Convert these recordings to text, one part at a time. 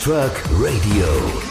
Truck Radio.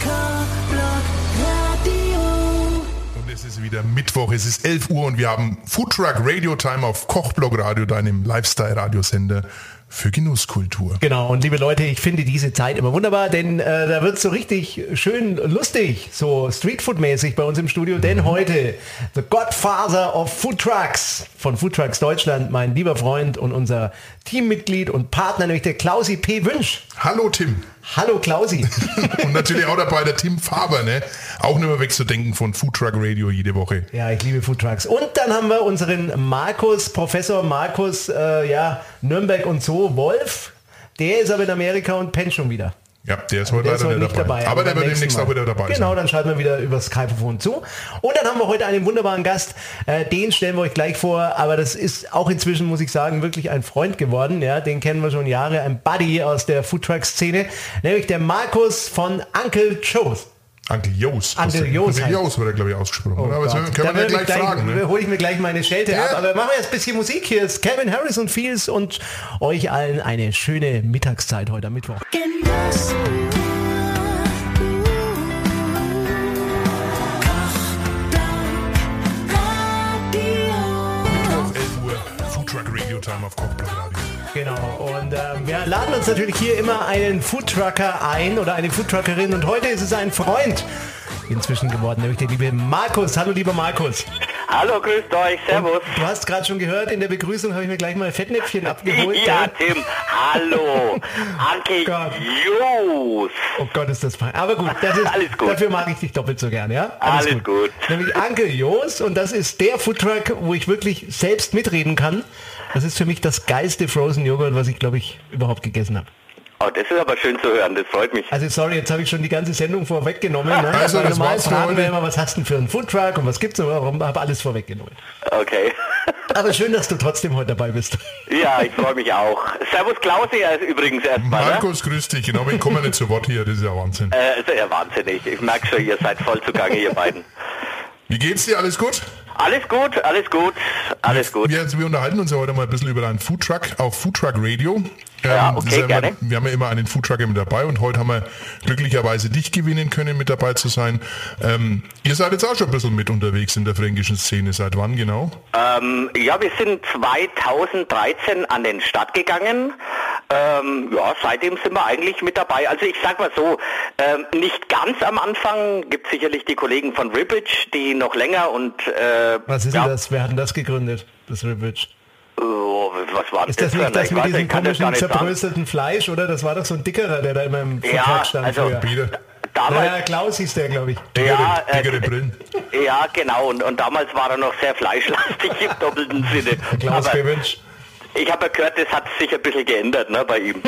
Und es ist wieder Mittwoch, es ist 11 Uhr und wir haben Food Truck Radio Time auf Kochblock Radio, deinem Lifestyle-Radiosender für Genusskultur. Genau, und liebe Leute, ich finde diese Zeit immer wunderbar, denn da wird es so richtig schön lustig, so Streetfood-mäßig bei uns im Studio, denn heute The Godfather of Food Trucks von Food Trucks Deutschland, mein lieber Freund und unser Teammitglied und Partner, nämlich der Klausi P. Wünsch. Hallo Tim. Hallo Klausi. Und natürlich auch dabei der Tim Faber, ne? Auch nicht mehr wegzudenken von Food Truck Radio jede Woche. Ja, ich liebe Food Trucks. Und dann haben wir unseren Markus, Professor Markus, Nürnberg und so, Wolf. Der ist aber in Amerika und pennt schon wieder. Ja, der ist heute leider nicht dabei. Aber der wird demnächst auch wieder dabei sein. Genau, dann schalten wir wieder über Skype-Phone zu. Und dann haben wir heute einen wunderbaren Gast. Den stellen wir euch gleich vor. Aber das ist auch inzwischen, muss ich sagen, wirklich ein Freund geworden. Ja, den kennen wir schon Jahre. Ein Buddy aus der Foodtruck-Szene. Nämlich der Markus von Uncle Joe's. Uncle Joe's. Uncle Joe's wird er, glaube ich, ausgesprochen. Oh, aber das können wir gleich fragen. Ne? Hole ich mir gleich meine Schelte ab. Aber machen wir jetzt ein bisschen Musik. Hier ist Calvin Harris und Fields und euch allen eine schöne Mittagszeit heute am Mittwoch. Time auf Kochblock Radio. Genau, und wir laden uns natürlich hier immer einen Foodtrucker ein oder eine Foodtruckerin und heute ist es ein Freund inzwischen geworden, nämlich der liebe Markus. Hallo lieber Markus. Hallo, grüßt euch, servus. Und du hast gerade schon gehört, in der Begrüßung habe ich mir gleich mal Fettnäpfchen abgeholt. Ja, Tim, hallo, Uncle Joe's. Oh Gott, ist das fein. Aber gut, das ist, alles gut. Dafür mag ich dich doppelt so gern, ja? Alles gut. Nämlich Uncle Joe's und das ist der Foodtruck, wo ich wirklich selbst mitreden kann. Das ist für mich das geilste Frozen Joghurt, was ich, glaube ich, überhaupt gegessen habe. Oh, das ist aber schön zu hören, das freut mich. Also sorry, jetzt habe ich schon die ganze Sendung vorweggenommen. Ne? Also das normal war's fragen wir immer, was hast du denn für einen Foodtruck und was gibt's und warum, habe alles vorweggenommen. Okay. Aber schön, dass du trotzdem heute dabei bist. Ja, ich freue mich auch. Servus Klausi übrigens erstmal. Markus, grüß dich. Genau, ich komme nicht zu Wort hier, das ist ja Wahnsinn. Ist ja wahnsinnig. Ich merke schon, ihr seid voll zugange, ihr beiden. Wie geht's dir? Alles gut? Alles gut, alles gut, alles gut. Wir unterhalten uns ja heute mal ein bisschen über deinen Foodtruck auf Foodtruck Radio. Ja, okay, gerne. Wir haben ja immer einen Foodtrucker mit dabei und heute haben wir glücklicherweise dich gewinnen können, mit dabei zu sein. Ihr seid jetzt auch schon ein bisschen mit unterwegs in der fränkischen Szene. Seit wann genau? Ja, wir sind 2013 an den Start gegangen. Seitdem sind wir eigentlich mit dabei. Also ich sag mal so, nicht ganz am Anfang, gibt sicherlich die Kollegen von Ribbage, die noch länger und... was ist denn das? Wer hat denn das gegründet, das Ribbage? Was war ist das nicht das mit diesem komischen zerbröselten Fleisch, oder? Das war doch so ein dickerer, der da immer im Vertrag stand. Also früher. Damals, Klaus hieß der, glaube ich. Dickere Brillen. Ja, genau. Und damals war er noch sehr fleischlastig im doppelten Sinne. Klaus Gewünsch. Ich habe ja gehört, das hat sich ein bisschen geändert, ne, bei ihm.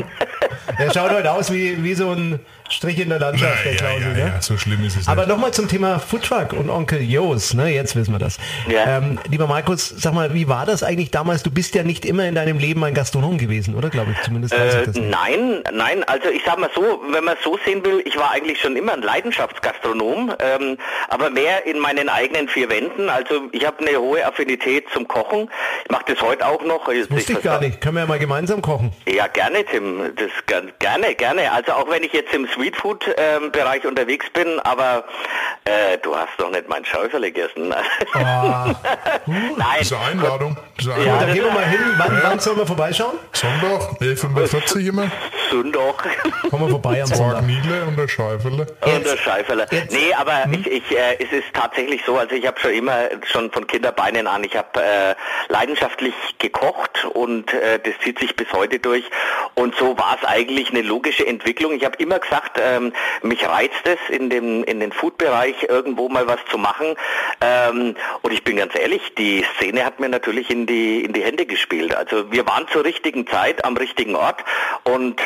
Er schaut heute aus wie so ein Strich in der Landschaft, der Klausi. Ja, so schlimm ist es nicht. Aber nochmal zum Thema Foodtruck und Onkel Joe's, ne? Jetzt wissen wir das. Ja. Lieber Markus, sag mal, wie war das eigentlich damals? Du bist ja nicht immer in deinem Leben ein Gastronom gewesen, oder? Glaube ich, zumindest weiß ich das nicht. Nein, also ich sag mal so, wenn man es so sehen will, ich war eigentlich schon immer ein Leidenschaftsgastronom, aber mehr in meinen eigenen vier Wänden. Also ich habe eine hohe Affinität zum Kochen. Ich mache das heute auch noch. Das wusste ich gar nicht. Können wir ja mal gemeinsam kochen? Ja, gerne, Tim. Das gerne. Also auch wenn ich jetzt im Streetfood-Bereich unterwegs bin, aber du hast doch nicht mein Schäuferle gegessen. Nein. Das ist eine Einladung. Ja, dann gehen wir mal hin. Wann sollen wir vorbeischauen? Sonntag, 11:45 immer. Sonntag. Kommen wir vorbei am Sonntag. Niedle und der Schäuferle. Und der Schäuferle. Nee, aber es ist tatsächlich so, also ich habe schon von Kinderbeinen an, ich habe leidenschaftlich gekocht und das zieht sich bis heute durch und so war es eigentlich eine logische Entwicklung. Ich habe immer gesagt, mich reizt es in den Food-Bereich irgendwo mal was zu machen und ich bin ganz ehrlich, die Szene hat mir natürlich in die Hände gespielt. Also wir waren zur richtigen Zeit am richtigen Ort und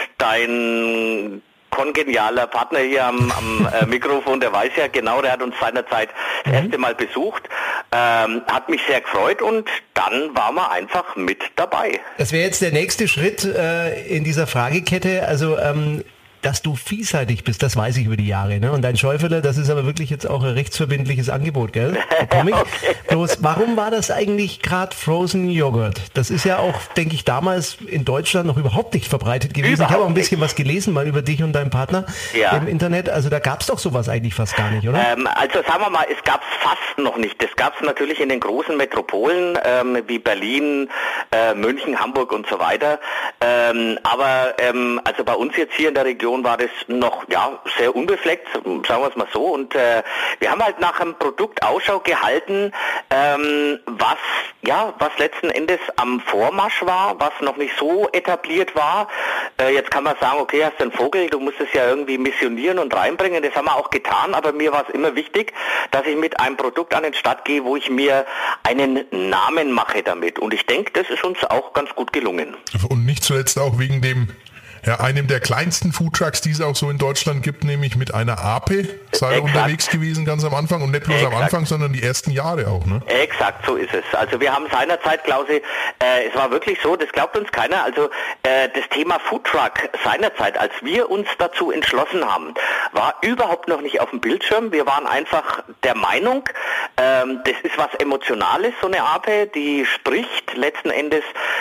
dein kongenialer Partner hier am Mikrofon, der weiß ja genau, der hat uns seinerzeit das erste Mal besucht, hat mich sehr gefreut und dann waren wir einfach mit dabei. Das wäre jetzt der nächste Schritt in dieser Fragekette, also dass du vielseitig bist, das weiß ich über die Jahre. Ne? Und dein Schäuferle, das ist aber wirklich jetzt auch ein rechtsverbindliches Angebot, gell? Comic. Okay. Bloß, warum war das eigentlich gerade Frozen Joghurt? Das ist ja auch, denke ich, damals in Deutschland noch überhaupt nicht verbreitet gewesen. Ich habe auch ein bisschen was gelesen mal über dich und deinen Partner im Internet. Also da gab es doch sowas eigentlich fast gar nicht, oder? Also sagen wir mal, es gab es fast noch nicht. Das gab es natürlich in den großen Metropolen wie Berlin, München, Hamburg und so weiter. Aber also bei uns jetzt hier in der Region war das noch sehr unbefleckt, sagen wir es mal so. Und wir haben halt nach einem Produkt Ausschau gehalten, was letzten Endes am Vormarsch war, was noch nicht so etabliert war. Jetzt kann man sagen, okay, hast du einen Vogel, du musst es ja irgendwie missionieren und reinbringen. Das haben wir auch getan, aber mir war es immer wichtig, dass ich mit einem Produkt an den Start gehe, wo ich mir einen Namen mache damit. Und ich denke, das ist uns auch ganz gut gelungen. Und nicht zuletzt auch wegen einem der kleinsten Foodtrucks, die es auch so in Deutschland gibt, nämlich mit einer Ape, sei unterwegs gewesen ganz am Anfang und nicht bloß am Anfang, sondern die ersten Jahre auch, ne? Exakt, so ist es. Also wir haben seinerzeit, Klausi, es war wirklich so, das glaubt uns keiner, also das Thema Foodtruck seinerzeit, als wir uns dazu entschlossen haben, war überhaupt noch nicht auf dem Bildschirm. Wir waren einfach der Meinung, das ist was Emotionales, so eine Ape, die spricht letzten Endes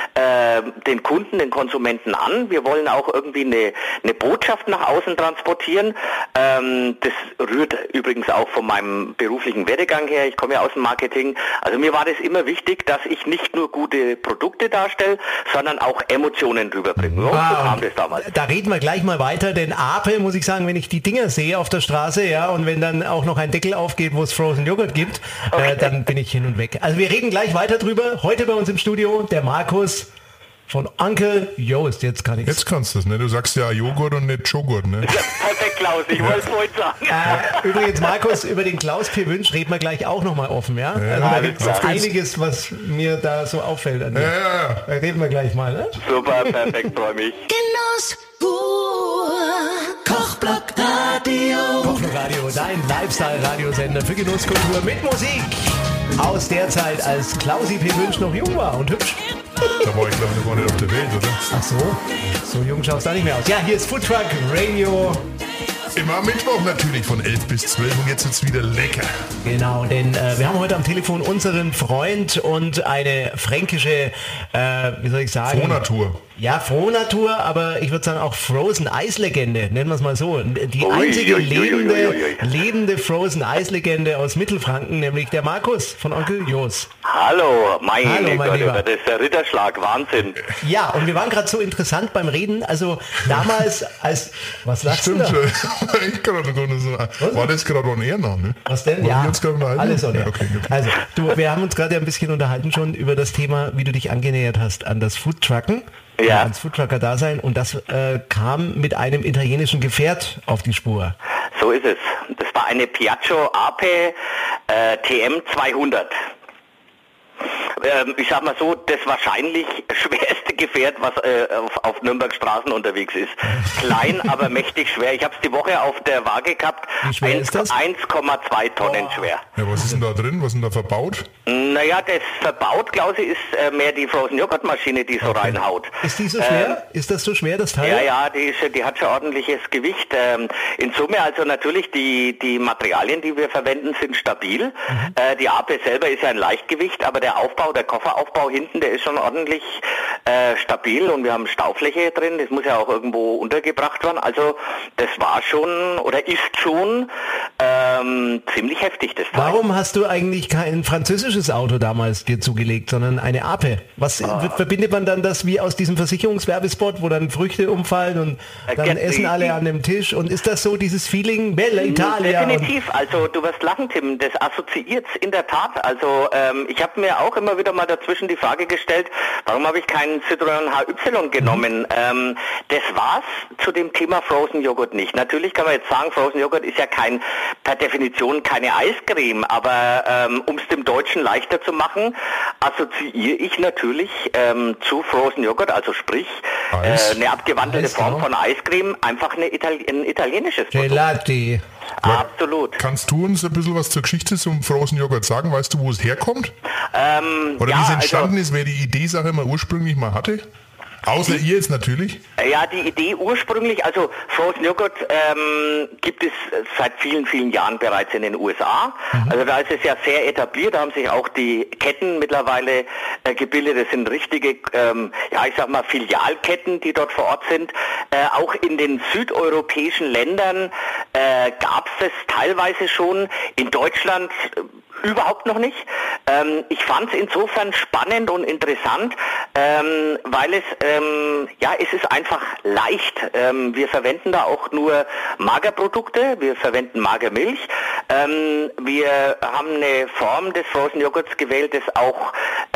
den Kunden, den Konsumenten an. Wir wollen auch irgendwie eine Botschaft nach außen transportieren. Das rührt übrigens auch von meinem beruflichen Werdegang her. Ich komme ja aus dem Marketing. Also mir war das immer wichtig, dass ich nicht nur gute Produkte darstelle, sondern auch Emotionen rüberbringe. Wow. So kam das damals. Da reden wir gleich mal weiter, denn Ape, muss ich sagen, wenn ich die Dinger sehe auf der Straße, und wenn dann auch noch ein Deckel aufgeht, wo es Frozen Joghurt gibt, dann bin ich hin und weg. Also wir reden gleich weiter drüber. Heute bei uns im Studio der Markus von Onkel Jost. Jetzt kann ich's. Jetzt kannst du es, ne? Du sagst ja Joghurt und nicht Joghurt, ne? Ja, perfekt, Klaus. Ich wollte es vorhin sagen. Übrigens, Markus, über den Klaus P. Wünsch reden wir gleich auch nochmal offen, ja? Also da gibt es einiges, was mir da so auffällt an dir. Ja. Da reden wir gleich mal, ne? Super, perfekt, freue mich. Genuss pur. Kochblock Radio. Kochblock Radio, dein Lifestyle-Radiosender für Genusskultur mit Musik. Aus der Zeit, als Klausi P. Wünsch noch jung war und hübsch. Da war ich glaube ich gar nicht auf der Welt, oder? Ach so jung schaust du da nicht mehr aus. Ja, hier ist Foodtruck Radio. Immer am Mittwoch natürlich von 11 bis 12 und jetzt wird's wieder lecker. Genau, denn wir haben heute am Telefon unseren Freund und eine fränkische, wie soll ich sagen? Frohnatur. Ja, Frohnatur, aber ich würde sagen auch Frozen-Eis-Legende, nennen wir es mal so. Die einzige lebende Frozen-Eis-Legende aus Mittelfranken, nämlich der Markus von Onkel Jos. Hallo, mein Gott, das ist der Ritterschlag, Wahnsinn. Ja, und wir waren gerade so interessant beim Reden, also damals was lachst du da? Stimmt schon. Ich kann doch nicht so. War das gerade on air noch, ne? Was denn? Ja, alles on air. Ja, okay. Also, wir haben uns gerade ein bisschen unterhalten schon über das Thema, wie du dich angenähert hast an das Foodtrucken. Ja. Ans Foodtrucker-Dasein und das kam mit einem italienischen Gefährt auf die Spur. So ist es. Das war eine Piaggio Ape TM 200. Ich sag mal so, das wahrscheinlich schwerste Gefährt, was auf Nürnberg Straßen unterwegs ist. Klein, aber mächtig schwer. Ich habe es die Woche auf der Waage gehabt. Wie schwer ist das? 1,2 Tonnen schwer. Ja, was ist denn da drin? Was ist denn da verbaut? Naja, das verbaut, Klausi, ist mehr die Frozen Joghurt Maschine, die so reinhaut. Ist die so schwer? Ist das so schwer, das Teil? Ja, die hat schon ordentliches Gewicht. In Summe also natürlich die Materialien, die wir verwenden, sind stabil. Die Ape selber ist ja ein Leichtgewicht, aber der Kofferaufbau hinten, der ist schon ordentlich stabil und wir haben Staufläche drin, das muss ja auch irgendwo untergebracht werden. Also das war schon oder ist schon ziemlich heftig, das Teil. Warum hast du eigentlich kein französisches Auto damals dir zugelegt, sondern eine Ape? Was verbindet man dann das wie aus diesem Versicherungswerbespot, wo dann Früchte umfallen und dann essen alle an dem Tisch? Und ist das so dieses Feeling, Bella Italia? Definitiv, also du wirst lachen, Tim, das assoziiert in der Tat. Also ich habe mir auch immer wieder mal dazwischen die Frage gestellt, warum habe ich keinen Citroën HY genommen? Das war's zu dem Thema Frozen Joghurt nicht. Natürlich kann man jetzt sagen, Frozen Joghurt ist ja per Definition keine Eiscreme, aber um es dem Deutschen leichter zu machen, assoziiere ich natürlich zu Frozen Joghurt, also sprich eine abgewandelte Form von Eiscreme, einfach ein italienisches Produkt. Gelati. Absolut. Kannst du uns ein bisschen was zur Geschichte zum Frozen Joghurt sagen? Weißt du, wo es herkommt? Oder wie es entstanden ist, wer die Idee, sag ich mal, ursprünglich mal hatte? Außer ihr jetzt natürlich. Ja, die Idee ursprünglich, also Frozen Joghurt gibt es seit vielen, vielen Jahren bereits in den USA. Also da ist es ja sehr etabliert, da haben sich auch die Ketten mittlerweile gebildet. Das sind richtige, ich sag mal Filialketten, die dort vor Ort sind. Auch in den südeuropäischen Ländern gab es das teilweise schon. In Deutschland überhaupt noch nicht. Ich fand es insofern spannend und interessant, weil es ist einfach leicht. Wir verwenden da auch nur Magerprodukte, wir verwenden Magermilch. Wir haben eine Form des Frozen Joghurts gewählt, das auch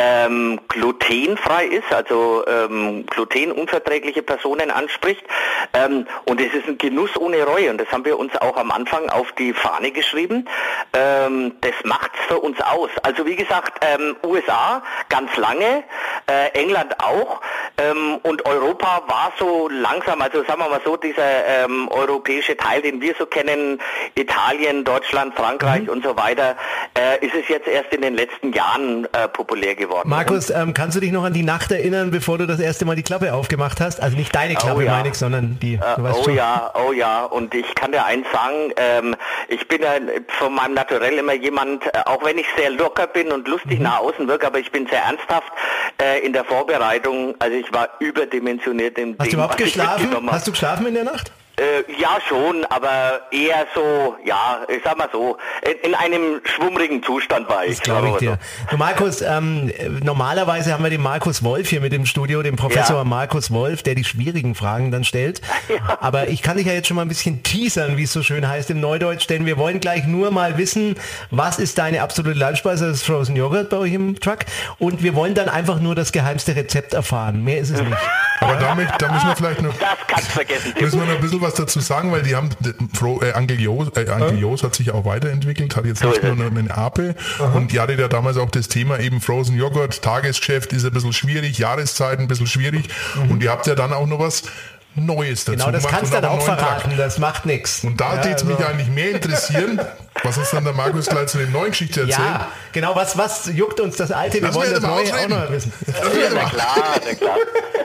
glutenfrei ist, also glutenunverträgliche Personen anspricht. Und es ist ein Genuss ohne Reue und das haben wir uns auch am Anfang auf die Fahne geschrieben. Das macht's für uns aus. Also wie gesagt, USA ganz lange, England auch und Europa war so langsam, also sagen wir mal so, dieser europäische Teil, den wir so kennen, Italien, Deutschland, Frankreich und so weiter, ist es jetzt erst in den letzten Jahren populär geworden. Markus, kannst du dich noch an die Nacht erinnern, bevor du das erste Mal die Klappe aufgemacht hast? Also nicht deine Klappe, meine ich, sondern die. Du weißt schon. Ja. Und ich kann dir eins sagen, ich bin ja von meinem Naturell immer jemand, auch wenn ich sehr locker bin und lustig nach außen wirke, aber ich bin sehr ernsthaft in der Vorbereitung. Also ich war überdimensioniert im Hast du überhaupt geschlafen? Hast du geschlafen in der Nacht? Ja schon, aber eher so, ich sag mal so, in einem schwummrigen Zustand war ich. Das glaube ich dir. So. Du Markus, normalerweise haben wir den Markus Wolf hier mit im Studio, den Professor Markus Wolf, der die schwierigen Fragen dann stellt. Ja. Aber ich kann dich ja jetzt schon mal ein bisschen teasern, wie es so schön heißt im Neudeutsch, denn wir wollen gleich nur mal wissen, was ist deine absolute Leibspeise, das Frozen Joghurt bei euch im Truck, und wir wollen dann einfach nur das geheimste Rezept erfahren. Mehr ist es nicht. Aber da müssen wir vielleicht noch... Das kannst du vergessen. Müssen wir noch ein bisschen was dazu sagen, weil die haben, Ankel Jos hat sich auch weiterentwickelt, hat jetzt nicht nur eine Ape und die hatte ja damals auch das Thema eben Frozen Joghurt, Tagesgeschäft ist ein bisschen schwierig, Jahreszeiten ein bisschen schwierig und ihr habt ja dann auch noch was Neues dazu gemacht. Genau, das kannst du dann auch verraten, das macht nichts. Und da würde es mich eigentlich mehr interessieren, was uns dann der Markus gleich zu den neuen Geschichten erzählt. Ja, genau, was juckt uns das Alte, wir wollen das Neue auch noch wissen. Na klar.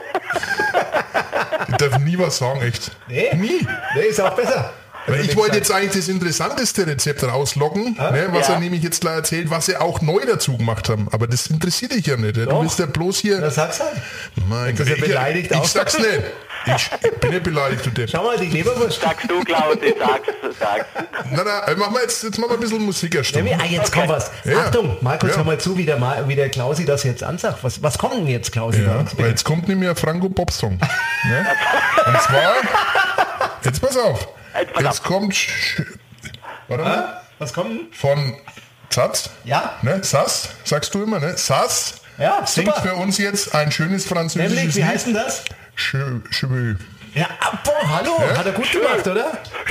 Ich darf nie was sagen, echt. Nee, nie. Nee, ist auch besser. Weil ich wollte jetzt eigentlich das interessanteste Rezept rauslocken, was er nämlich jetzt gleich erzählt, was sie auch neu dazu gemacht haben. Aber das interessiert dich ja nicht. Du bist ja bloß hier... Das sag's halt. Mein Gott, ich sag's nicht. Ich bin nicht beleidigt, du Depp. Schau mal, die Leberwurst. Sagst du, Klaus, sag's. Na, machen wir jetzt machen wir ein bisschen Musik erstellen. Jetzt kommt was. Ja. Achtung, Markus, hör mal zu, wie der Klausi das jetzt ansagt. Was kommt denn jetzt, Klausi? Ja, weil jetzt kommt nämlich ein Franco-Pop-Song. Ne? Und zwar, jetzt pass auf. Jetzt kommt... Warte mal. Was kommt? Von Satz. Ja. Ne? Sass, sagst du immer, ne? Sass. Ja, singt super. Für uns jetzt ein schönes französisches Lied. Wie heißt denn das? Cheveux. Ja, boah, hallo, hat er gut gemacht, oder?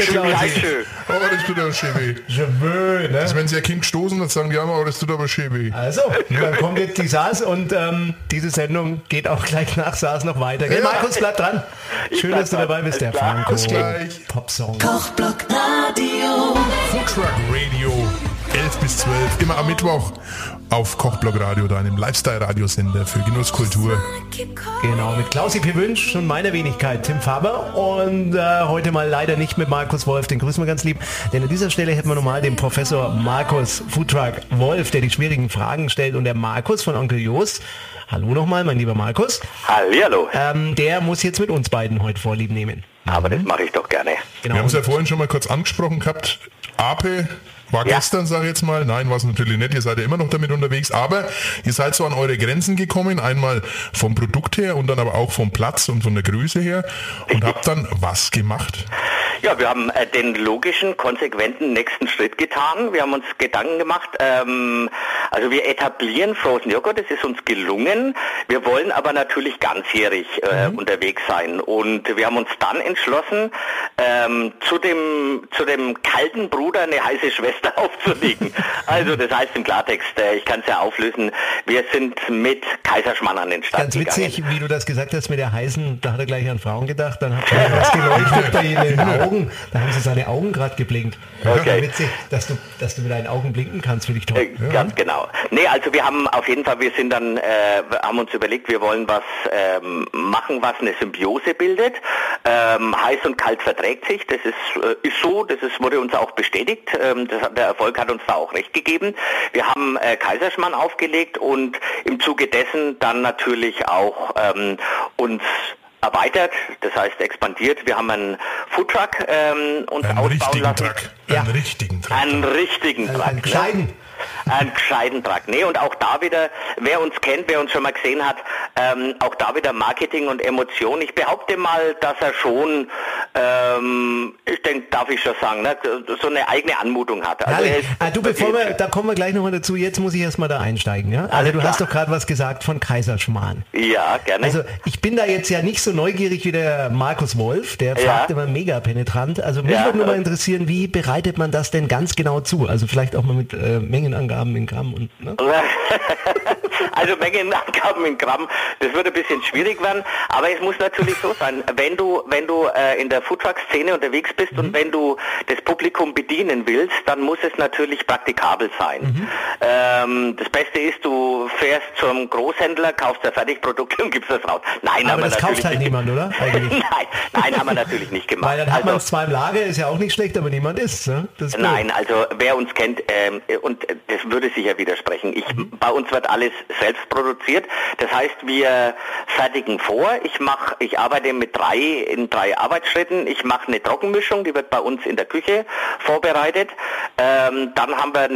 Oh, das tut aber Cheveux. Cheveux, ne? Also wenn sie ein Kind gestoßen, dann sagen die immer, oh, das tut aber Cheveux. Also, dann kommt jetzt die Saas und diese Sendung geht auch gleich nach Saas noch weiter. Gell, Markus, bleib dran. Schön, dass du dabei bist, der Franco. Bis gleich. Popsong. Kochblock Radio. Foodtruck Radio, 11 bis 12, immer am Mittwoch auf Kochblock Radio, deinem Lifestyle-Radiosender für Genusskultur. Genau, mit Klausi P. Wünsch und meiner Wenigkeit Tim Faber und heute mal leider nicht mit Markus Wolf, den grüßen wir ganz lieb, denn an dieser Stelle hätten wir nochmal den Professor Markus Foodtruck Wolf, der die schwierigen Fragen stellt, und der Markus von Onkel Jos. Hallo nochmal, mein lieber Markus. Hallihallo. Der muss jetzt mit uns beiden heute Vorlieb nehmen. Aber das mache ich doch gerne. Genau. Wir haben es ja vorhin schon mal kurz angesprochen gehabt, Ape war gestern, sage ich jetzt mal, nein, war es natürlich nicht, ihr seid ja immer noch damit unterwegs, aber ihr seid so an eure Grenzen gekommen, einmal vom Produkt her und dann aber auch vom Platz und von der Größe her und habt dann was gemacht? Ja, wir haben den logischen, konsequenten nächsten Schritt getan. Wir haben uns Gedanken gemacht, also wir etablieren Frozen Joghurt, das ist uns gelungen. Wir wollen aber natürlich ganzjährig unterwegs sein und wir haben uns dann entschlossen, zu dem kalten Bruder eine heiße Schwester da aufzulegen. Also das heißt im Klartext, ich kann es ja auflösen, wir sind mit Kaiserschmarrn an den Start gegangen. Ganz witzig, wie du das gesagt hast mit der heißen, da hat er gleich an Frauen gedacht, dann hat er was geleuchtet bei ihnen in den Augen, da haben sie seine Augen gerade geblinkt. Okay. Witzig, dass du mit deinen Augen blinken kannst, finde ich toll. Ganz genau. Nee, also wir haben auf jeden Fall, wir sind dann, haben uns überlegt, wir wollen was machen, was eine Symbiose bildet. Heiß und kalt verträgt sich, das ist so, wurde uns auch bestätigt, der Erfolg hat uns da auch recht gegeben. Wir haben Kaiserschmarrn aufgelegt und im Zuge dessen dann natürlich auch uns erweitert, das heißt expandiert. Wir haben einen Foodtruck uns ausbauen lassen. Einen richtigen Truck. Einen richtigen Truck. Einen gescheiten. Einen gescheiten Truck. Nee, und auch da wieder, wer uns kennt, wer uns schon mal gesehen hat, auch da wieder Marketing und Emotion. Ich behaupte mal, dass er schon, ich denke, darf ich schon sagen, ne, so eine eigene Anmutung hat. Also da kommen wir gleich nochmal dazu, jetzt muss ich erstmal da einsteigen. Ja? Also du hast doch gerade was gesagt von Kaiserschmarrn. Ja, gerne. Also ich bin da jetzt ja nicht so neugierig wie der Markus Wolf, der fragt immer mega penetrant. Also mich würde nur mal interessieren, wie bereitet man das denn ganz genau zu? Also vielleicht auch mal mit Mengenangaben in Gramm und ne? Also Mengenangaben in Gramm, das wird ein bisschen schwierig werden, aber es muss natürlich so sein, wenn du in der Foodtruck-Szene unterwegs bist und wenn du das Publikum bedienen willst, dann muss es natürlich praktikabel sein. Das Beste ist, du fährst zum Großhändler, kaufst da Fertigprodukte und gibst das raus. Nein, aber das kauft halt niemand, oder? Nein, haben wir natürlich nicht gemacht. Weil dann hat man es zwar im Lager, ist ja auch nicht schlecht, aber niemand isst. Ne? Nein, also wer uns kennt, und das würde sich ja widersprechen, bei uns wird alles selbst produziert. Das heißt, wir fertigen vor. Ich arbeite in drei Arbeitsschritten. Ich mache eine Trockenmischung, die wird bei uns in der Küche vorbereitet. Dann haben wir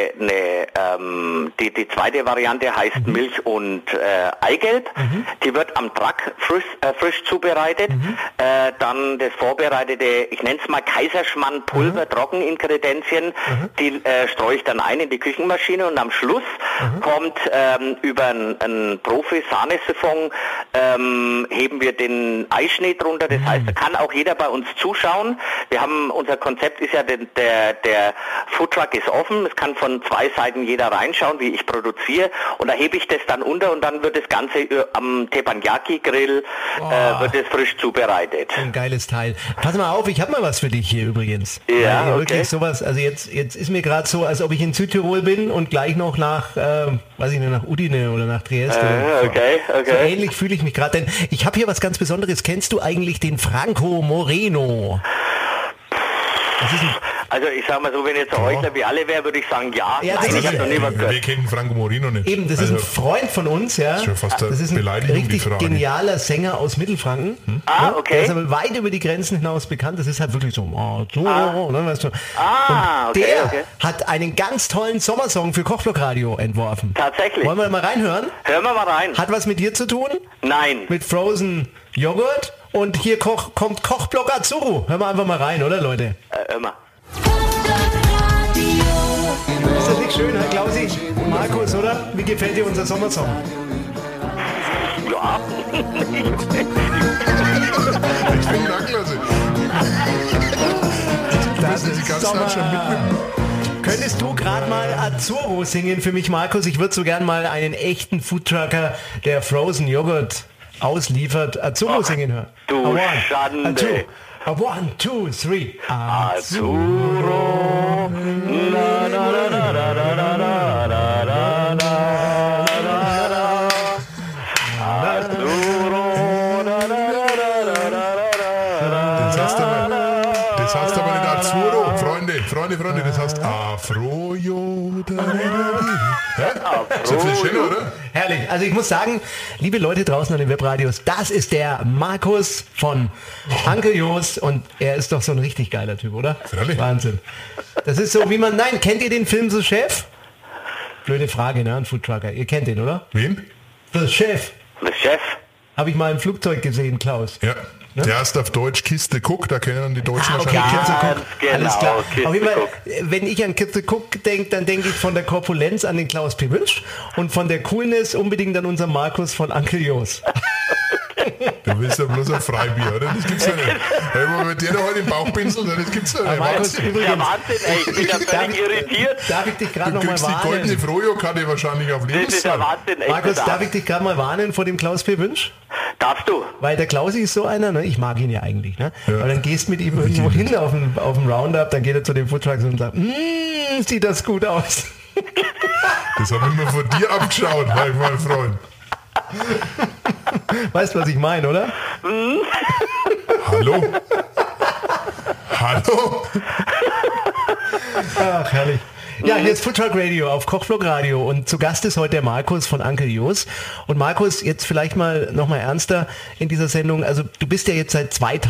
die zweite Variante heißt Milch und Eigelb. Die wird am Truck frisch zubereitet. Dann das vorbereitete, ich nenne es mal Kaiserschmarrn-Pulver, Trockeningredienzien, die streue ich dann ein in die Küchenmaschine und am Schluss kommt über einen Profi-Sahnesiphon heben wir den Eischnee drunter. Das heißt, da kann auch jeder bei uns zuschauen. Unser Konzept ist ja, der Foodtruck ist offen. Es kann von zwei Seiten jeder reinschauen, wie ich produziere. Und da hebe ich das dann unter und dann wird das Ganze am Teppanyaki-Grill wird es frisch zubereitet. Ein geiles Teil. Pass mal auf, ich habe mal was für dich hier übrigens. Ja, okay. Wirklich sowas, also jetzt ist mir gerade so, als ob ich in Südtirol bin und gleich noch nach Udine oder nach Trieste. Okay. So ähnlich fühle ich mich gerade, denn ich habe hier was ganz Besonderes. Kennst du eigentlich den Franco Moreno? Also ich sag mal so, wenn jetzt ein Heuchler wie alle wäre, würde ich sagen, ja. Nein, ich habe noch nie was gehört. Wir kennen Franco Moreno nicht. Eben, das ist ein Freund von uns, ja. Das ist ein richtig genialer Sänger aus Mittelfranken. Okay. Der ist aber weit über die Grenzen hinaus bekannt. Das ist halt wirklich so, ne, weißt du. Der hat einen ganz tollen Sommersong für Kochblockradio entworfen. Tatsächlich. Wollen wir mal reinhören? Hören wir mal rein. Hat was mit dir zu tun? Nein. Mit Frozen Joghurt? Und hier kommt Kochblock Azzurro. Hören wir einfach mal rein, oder Leute? Immer. Ist das nicht schön, Herr Klausi? Markus, oder? Wie gefällt dir unser Sommersong? Ja. Ich finde ihn klasse. Das die ist ganze Zeit schon mitnehmen. Könntest du gerade mal Azzurro singen für mich, Markus? Ich würde so gern mal einen echten Foodtrucker, der Frozen Joghurt ausliefert, Azzurro singen hören. Du Schande. 1, 2, 3. Azzurro. Na, na, na, na, na, na, na, na, na, na, na. Azzurro. Na, na, na, na, na, na, Das heißt aber nicht Azzurro, Freunde, das heißt Afrojo. So viel schön, oder? Herrlich. Also ich muss sagen, liebe Leute draußen an den Webradios, das ist der Markus von Uncle Jos und er ist doch so ein richtig geiler Typ, oder? Herrlich. Wahnsinn. Das ist so, kennt ihr den Film The Chef? Blöde Frage, ne, ein Foodtrucker. Ihr kennt den, oder? Wen? The Chef. The Chef. Habe ich mal im Flugzeug gesehen, Klaus. Ja. Ne? Der heißt auf Deutsch Kiste Cook, da kennen die Deutschen wahrscheinlich. Genau, alles klar. Kiste auf jeden Fall, Cook. wenn ich an Kiste Cook denke, dann denke ich von der Korpulenz an den Klaus P. Wünsch und von der Coolness unbedingt an unseren Markus von Uncle Jos. Du bist ja bloß ein Freibier, oder? Das gibt's ja nicht. Wenn man mit dir noch heute den Bauch pinselt, das gibt's ja nicht. Markus, übrigens, Ja, Wahnsinn, ey, ich bin ja völlig irritiert. darf ich dich gerade Du noch mal kriegst die goldene warnen? Frojo-Karte wahrscheinlich auf Das ist ja Lebenszeit. Wahnsinn, echt. Markus, gesagt. darf ich dich gerade mal warnen vor dem Klaus P. Wünsch? Darfst du? Weil der Klausi ist so einer, ne? Ich mag ihn ja eigentlich, ne? Aber dann gehst mit ihm irgendwo hin auf dem Roundup, dann geht er zu den Foodtrucks und sagt, sieht das gut aus. Das habe ich mir von dir abgeschaut, mein Freund. Weißt du, was ich meine, oder? Hallo? Hallo? Ach, herrlich. Ja, hier ist Foodtruck Radio auf Kochblock Radio und zu Gast ist heute der Markus von Uncle Jos. Und Markus, jetzt vielleicht mal nochmal ernster in dieser Sendung. Also du bist ja jetzt seit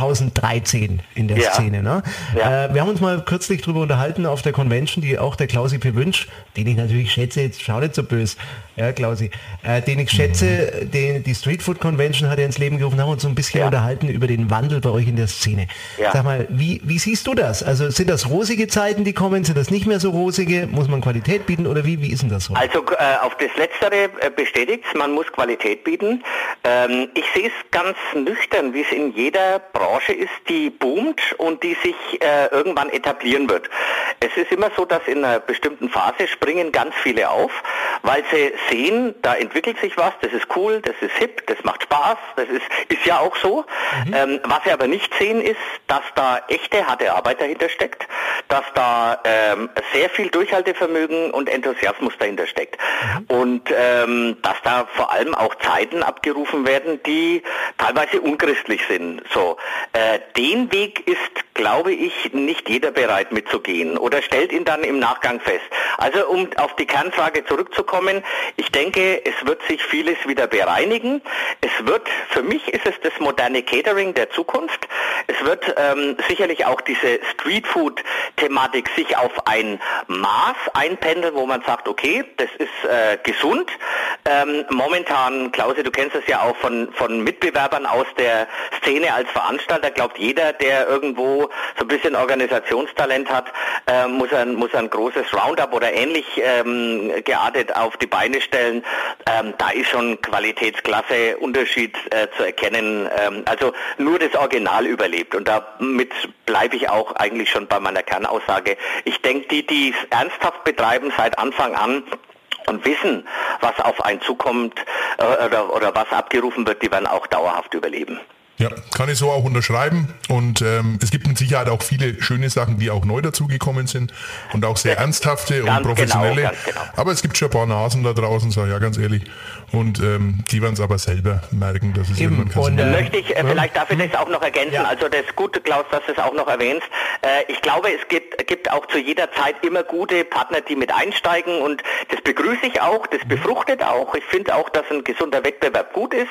2013 in der Szene, ne? Ja. Wir haben uns mal kürzlich drüber unterhalten auf der Convention, die auch der Klausi P. Wünsch, den ich natürlich schätze, jetzt schau nicht so böse, ja Klausi, den ich schätze, die Street Food Convention hat er ins Leben gerufen, haben uns so ein bisschen unterhalten über den Wandel bei euch in der Szene. Ja. Sag mal, wie siehst du das? Also sind das rosige Zeiten, die kommen? Sind das nicht mehr so rosige? Muss man Qualität bieten oder wie ist denn das so? Also auf das Letztere bestätigt, man muss Qualität bieten. Ich sehe es ganz nüchtern, wie es in jeder Branche ist, die boomt und die sich irgendwann etablieren wird. Es ist immer so, dass in einer bestimmten Phase springen ganz viele auf, weil sie sehen, da entwickelt sich was, das ist cool, das ist hip, das macht Spaß, das ist ja auch so. Was sie aber nicht sehen ist, dass da echte, harte Arbeit dahinter steckt, dass da sehr viel Durchhaltevermögen und Enthusiasmus dahinter steckt. Und dass da vor allem auch Zeiten abgerufen werden, die teilweise unchristlich sind. So, den Weg ist, glaube ich, nicht jeder bereit mitzugehen oder stellt ihn dann im Nachgang fest. Also um auf die Kernfrage zurückzukommen, ich denke, es wird sich vieles wieder bereinigen. Für mich ist es das moderne Catering der Zukunft. Es wird sicherlich auch diese Streetfood-Thematik sich auf ein Maß einpendeln, wo man sagt, okay, das ist gesund. Momentan, Klausi, du kennst es ja auch von Mitbewerbern aus der Szene als Veranstalter, glaubt jeder, der irgendwo so ein bisschen Organisationstalent hat, muss ein großes Roundup oder ähnlich geartet auf die Beine stellen. Da ist schon Qualitätsklasse Unterschied zu erkennen. Also nur das Original überlebt und damit bleibe ich auch eigentlich schon bei meiner Kernaussage. Ich denke, die es ernsthaft betreiben seit Anfang an und wissen, was auf einen zukommt oder was abgerufen wird, die werden auch dauerhaft überleben. Ja, kann ich so auch unterschreiben und es gibt mit Sicherheit auch viele schöne Sachen, die auch neu dazugekommen sind und auch sehr ernsthafte und professionelle. Ganz genau. Aber es gibt schon ein paar Nasen da draußen, sag ich ja ganz ehrlich, und die werden es aber selber merken, dass es irgendwann kein Sinn Möchte ich, vielleicht darf ich das auch noch ergänzen, also das Gute, Klaus, dass du es auch noch erwähnst. Ich glaube, es gibt auch zu jeder Zeit immer gute Partner, die mit einsteigen und das begrüße ich auch, das befruchtet auch. Ich finde auch, dass ein gesunder Wettbewerb gut ist,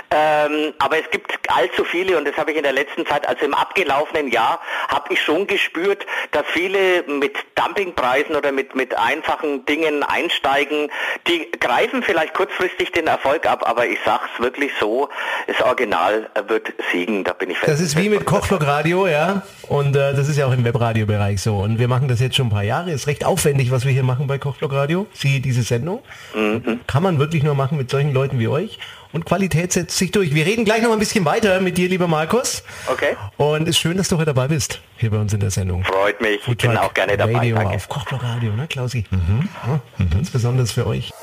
aber es gibt allzu viele und das habe ich in der letzten Zeit, also im abgelaufenen Jahr, habe ich schon gespürt, dass viele mit Dumpingpreisen oder mit einfachen Dingen einsteigen. Die greifen vielleicht kurzfristig den Erfolg ab, aber ich sag's wirklich so, das Original wird siegen, da bin ich fest. Das ist wie mit Kochblock Radio, ja, und das ist ja auch im Webradiobereich so und wir machen das jetzt schon ein paar Jahre, ist recht aufwendig, was wir hier machen bei Kochblock Radio, diese Sendung, kann man wirklich nur machen mit solchen Leuten wie euch. Und Qualität setzt sich durch. Wir reden gleich noch ein bisschen weiter mit dir, lieber Markus. Okay. Und es ist schön, dass du heute dabei bist, hier bei uns in der Sendung. Freut mich, ich bin auch gerne dabei. Radio Danke. auf Kochblock Radio, ne, Klausi? Ja, ganz besonders für euch.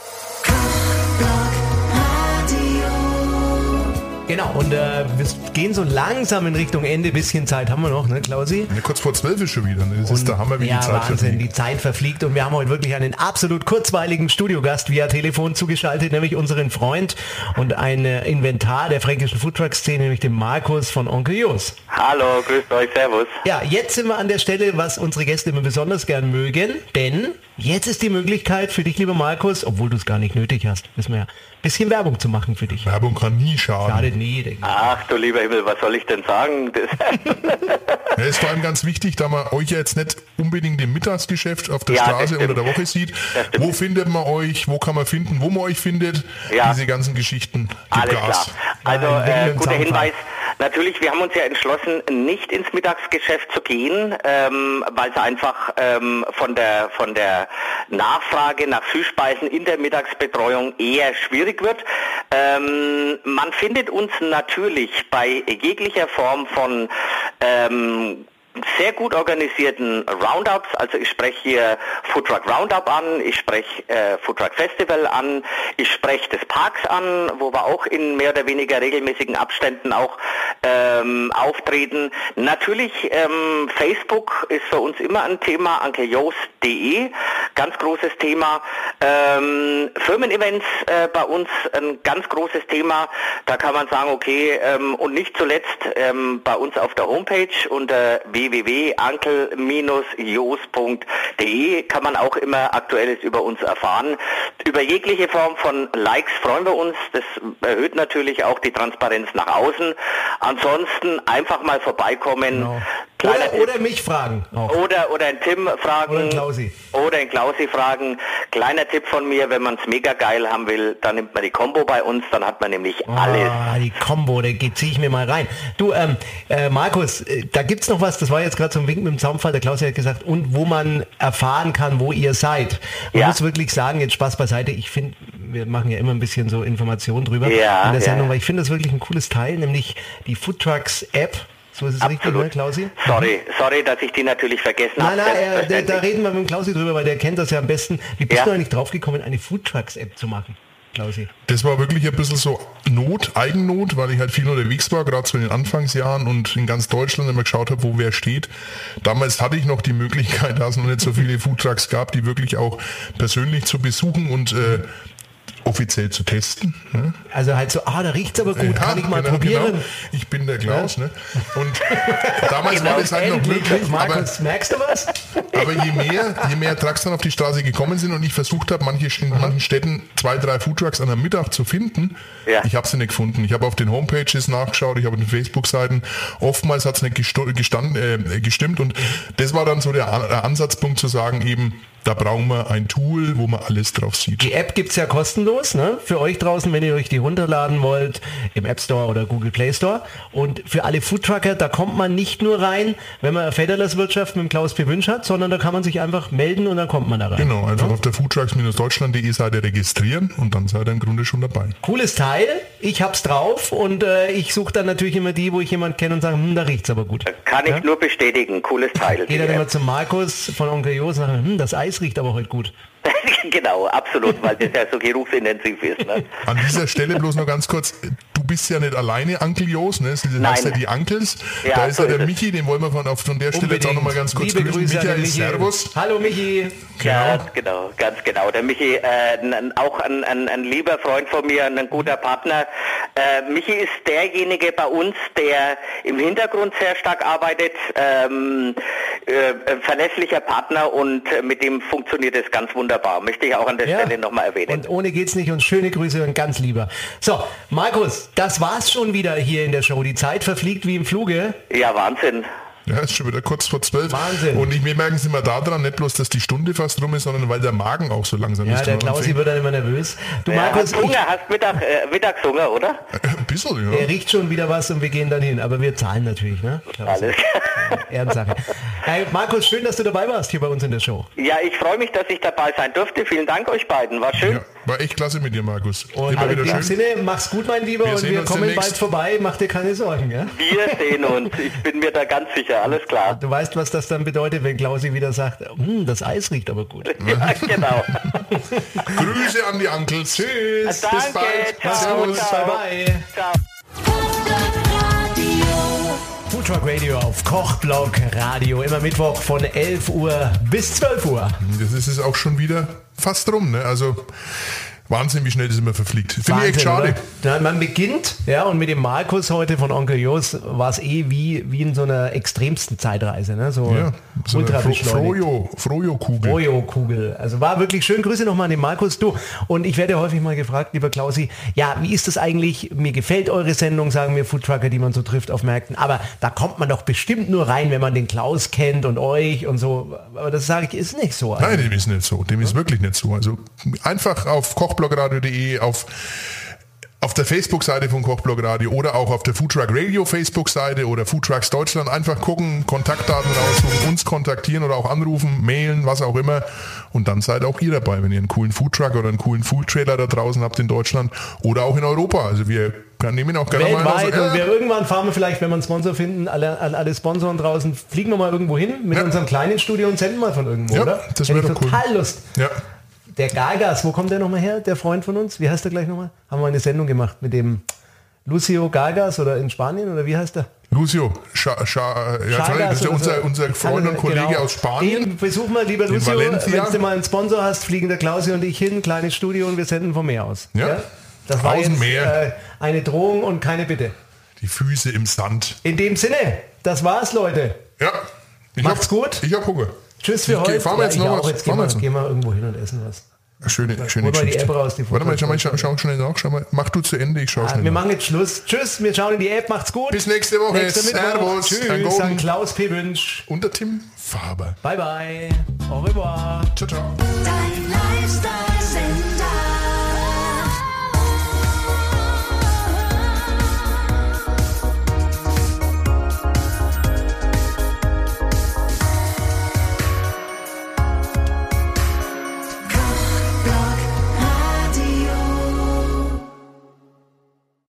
Genau, und wir gehen so langsam in Richtung Ende. Bisschen Zeit haben wir noch, ne, Klausi? Ja, kurz vor 12 ist schon wieder. Ne? Das ist der Hammer, wie ja, die Zeit Wahnsinn, verfliegt. die Zeit verfliegt und wir haben heute wirklich einen absolut kurzweiligen Studiogast via Telefon zugeschaltet, nämlich unseren Freund und ein Inventar der fränkischen Foodtruck-Szene, nämlich den Markus von Onkel Jos. Hallo, grüßt euch, servus. Ja, jetzt sind wir an der Stelle, was unsere Gäste immer besonders gern mögen, denn jetzt ist die Möglichkeit für dich, lieber Markus, obwohl du es gar nicht nötig hast, wissen wir ja, ein bisschen Werbung zu machen für dich. Werbung kann nie schaden. Schadet nie, denke ich. Ach du lieber Himmel, was soll ich denn sagen? Ja, ist vor allem ganz wichtig, da man euch ja jetzt nicht unbedingt im Mittagsgeschäft auf der Ja, das Straße stimmt. unter der Woche sieht. Das stimmt. Wo findet man euch? Wo kann man finden, wo man euch findet? Ja. Diese ganzen Geschichten. Gib Alles Gas. klar. Also Ein Wickel- und guter Zaunpfeil. Hinweis, Natürlich, wir haben uns ja entschlossen, nicht ins Mittagsgeschäft zu gehen, weil es einfach von der Nachfrage nach Süßspeisen in der Mittagsbetreuung eher schwierig wird. Man findet uns natürlich bei jeglicher Form von sehr gut organisierten Roundups, also ich spreche hier Foodtruck Roundup an, ich spreche Foodtruck Festival an, ich spreche des Parks an, wo wir auch in mehr oder weniger regelmäßigen Abständen auch auftreten. Natürlich Facebook ist für uns immer ein Thema, ankeljoost.de, ganz großes Thema. Firmen-Events bei uns ein ganz großes Thema, da kann man sagen, okay, und nicht zuletzt bei uns auf der Homepage unter www.ankel-joos.de kann man auch immer Aktuelles über uns erfahren. Über jegliche Form von Likes freuen wir uns. Das erhöht natürlich auch die Transparenz nach außen. Ansonsten einfach mal vorbeikommen. Genau. Oder mich fragen. Auch. Oder einen Tim fragen. Oder einen Klausi. Oder einen Klausi fragen. Kleiner Tipp von mir, wenn man es mega geil haben will, dann nimmt man die Combo bei uns, dann hat man nämlich alles. Die Combo, da ziehe ich mir mal rein. Du, Markus, da gibt's noch was, das war jetzt gerade so ein Wink mit dem Zaunpfahl, der Klausi hat gesagt, und wo man erfahren kann, wo ihr seid. Man muss wirklich sagen, jetzt Spaß beiseite, ich finde, wir machen ja immer ein bisschen so Informationen drüber in der Sendung, weil ich finde das wirklich ein cooles Teil, nämlich die Foodtrucks App. So ist es richtig, oder, Klausi? Sorry, dass ich die natürlich vergessen habe. Nein, da reden wir mit dem Klausi drüber, weil der kennt das ja am besten. Wie bist du eigentlich draufgekommen, eine Foodtrucks-App zu machen, Klausi? Das war wirklich ein bisschen so Eigennot, weil ich halt viel unterwegs war, gerade so in den Anfangsjahren und in ganz Deutschland immer geschaut habe, wo wer steht. Damals hatte ich noch die Möglichkeit, da es noch nicht so viele Foodtrucks gab, die wirklich auch persönlich zu besuchen und offiziell zu testen. Ne? Also halt so, da riecht's aber gut, kann ich mal probieren. Genau. Ich bin der Klaus. Ne? Und damals war das halt noch möglich. Markus, merkst du was? Aber je mehr Trucks dann auf die Straße gekommen sind und ich versucht habe, in manchen Städten 2, 3 Foodtrucks an einem Mittag zu finden, ich habe sie nicht gefunden. Ich habe auf den Homepages nachgeschaut, ich habe auf den Facebook-Seiten, oftmals hat es nicht gestimmt und das war dann so der Ansatzpunkt zu sagen, eben, da brauchen wir ein Tool, wo man alles drauf sieht. Die App gibt's ja kostenlos, ne? Für euch draußen, wenn ihr euch die runterladen wollt, im App Store oder Google Play Store. Und für alle Foodtrucker, da kommt man nicht nur rein, wenn man Federlerswirtschaft mit dem Klaus P. Wünsch hat, sondern da kann man sich einfach melden und dann kommt man da rein. Genau, einfach auf der foodtrucks-deutschland.de Seite registrieren und dann seid ihr im Grunde schon dabei. Cooles Teil, ich hab's drauf und ich suche dann natürlich immer die, wo ich jemanden kenne und sage, da riecht's aber gut. Kann ich nur bestätigen, cooles Teil. Geht dann immer zum Markus von Onkel Jos und sagt, das Eis riecht aber heute gut. Genau, absolut, weil das ja so geruchsintensiv ist. Ne? An dieser Stelle bloß noch ganz kurz, du bist ja nicht alleine Onkel Jos, ne? Du hast ja die Uncles, da ist ja der Michi, den wollen wir von der Stelle jetzt auch noch mal ganz kurz grüßen. Michael, servus. Hallo Michi. Ja, genau, ganz genau. Der Michi, auch ein lieber Freund von mir, ein guter Partner. Michi ist derjenige bei uns, der im Hintergrund sehr stark arbeitet, verlässlicher Partner und mit dem funktioniert es ganz wunderbar. Möchte ich auch an der Stelle nochmal erwähnen. Und ohne geht's nicht und schöne Grüße und ganz lieber. So, Markus, das war's schon wieder hier in der Show. Die Zeit verfliegt wie im Fluge. Ja, Wahnsinn. Ja, ist schon wieder kurz vor 12. Wahnsinn. Und wir merken es immer daran, nicht bloß, dass die Stunde fast rum ist, sondern weil der Magen auch so langsam ist. Ja, der Klausi wird dann immer nervös. Du Markus, hast Mittagshunger, oder? Ein bisschen, ja. Er riecht schon wieder was und wir gehen dann hin. Aber wir zahlen natürlich, ne? Alles klar. Ehrensache. Hey, Markus, schön, dass du dabei warst hier bei uns in der Show. Ja, ich freue mich, dass ich dabei sein durfte. Vielen Dank euch beiden. War schön. Ja, war echt klasse mit dir, Markus. Und in dem Sinne, mach's gut, mein Lieber. Und wir kommen bald vorbei. Mach dir keine Sorgen. Ja? Wir sehen uns. Ich bin mir da ganz sicher. Alles klar. Du weißt, was das dann bedeutet, wenn Klausi wieder sagt, das Eis riecht aber gut. Ja, genau. Grüße an die Uncles. Tschüss. Danke, bis bald. Ciao, Servus. ciao. Bye, bye. Ciao. Foodtruck Radio auf Kochblock Radio, immer Mittwoch von 11 Uhr bis 12 Uhr. Das ist es auch schon wieder fast rum, ne? Also Wahnsinn, wie schnell das immer verfliegt. Finde ich echt schade. Oder? Man beginnt, und mit dem Markus heute von Onkel Jos war es wie in so einer extremsten Zeitreise, ne? So ultra beschleunigt. Frojo-Kugel. Frojo-Kugel. Also war wirklich schön. Grüße nochmal an den Markus. Du, und ich werde häufig mal gefragt, lieber Klausi, wie ist das eigentlich? Mir gefällt eure Sendung, sagen mir Foodtrucker, die man so trifft auf Märkten, aber da kommt man doch bestimmt nur rein, wenn man den Klaus kennt und euch und so. Aber das sage ich, ist nicht so. Also. Nein, dem ist nicht so. Dem ist wirklich nicht so. Also einfach auf kochblockradio.de, auf auf der Facebook-Seite von Kochblog Radio oder auch auf der Foodtruck Radio Facebook-Seite oder Foodtrucks Deutschland einfach gucken, Kontaktdaten raussuchen, uns kontaktieren oder auch anrufen, mailen, was auch immer. Und dann seid auch ihr dabei, wenn ihr einen coolen Foodtruck oder einen coolen Foodtrailer da draußen habt in Deutschland oder auch in Europa. Also wir nehmen auch gerne weltweit mal. Und wir irgendwann fahren wir vielleicht, wenn wir einen Sponsor finden, alle Sponsoren draußen, fliegen wir mal irgendwo hin mit unserem kleinen Studio und senden mal von irgendwo, oder? Das wäre doch total cool. Lust. Ja. Der Gargas, wo kommt der nochmal her, der Freund von uns? Wie heißt der gleich nochmal? Haben wir eine Sendung gemacht mit dem Lucio Gargas oder in Spanien oder wie heißt der? Lucio, das ist unser Freund und Kollege aus Spanien. Den besuchen wir, lieber Lucio, wenn du mal einen Sponsor hast, fliegen der Klausi und ich hin, kleines Studio und wir senden vom Meer aus. Ja. Das war jetzt eine Drohung und keine Bitte. Die Füße im Sand. In dem Sinne, das war's, Leute. Ja. Macht's gut. Ich hab Hunger. Tschüss für heute. Fahren wir jetzt noch was? Jetzt gehen wir irgendwo hin und essen was. Schöne Hol mal Geschichte. die App raus, die Warte mal, schau schnell nach. Mach du zu Ende, ich schau schnell wir nach. machen jetzt Schluss. Tschüss, wir schauen in die App. Macht's gut. Bis nächste Woche. Servus. Tschüss. St. Klaus P. Wünsch. Und der Tim Faber. Bye, bye. Au revoir. Ciao, ciao.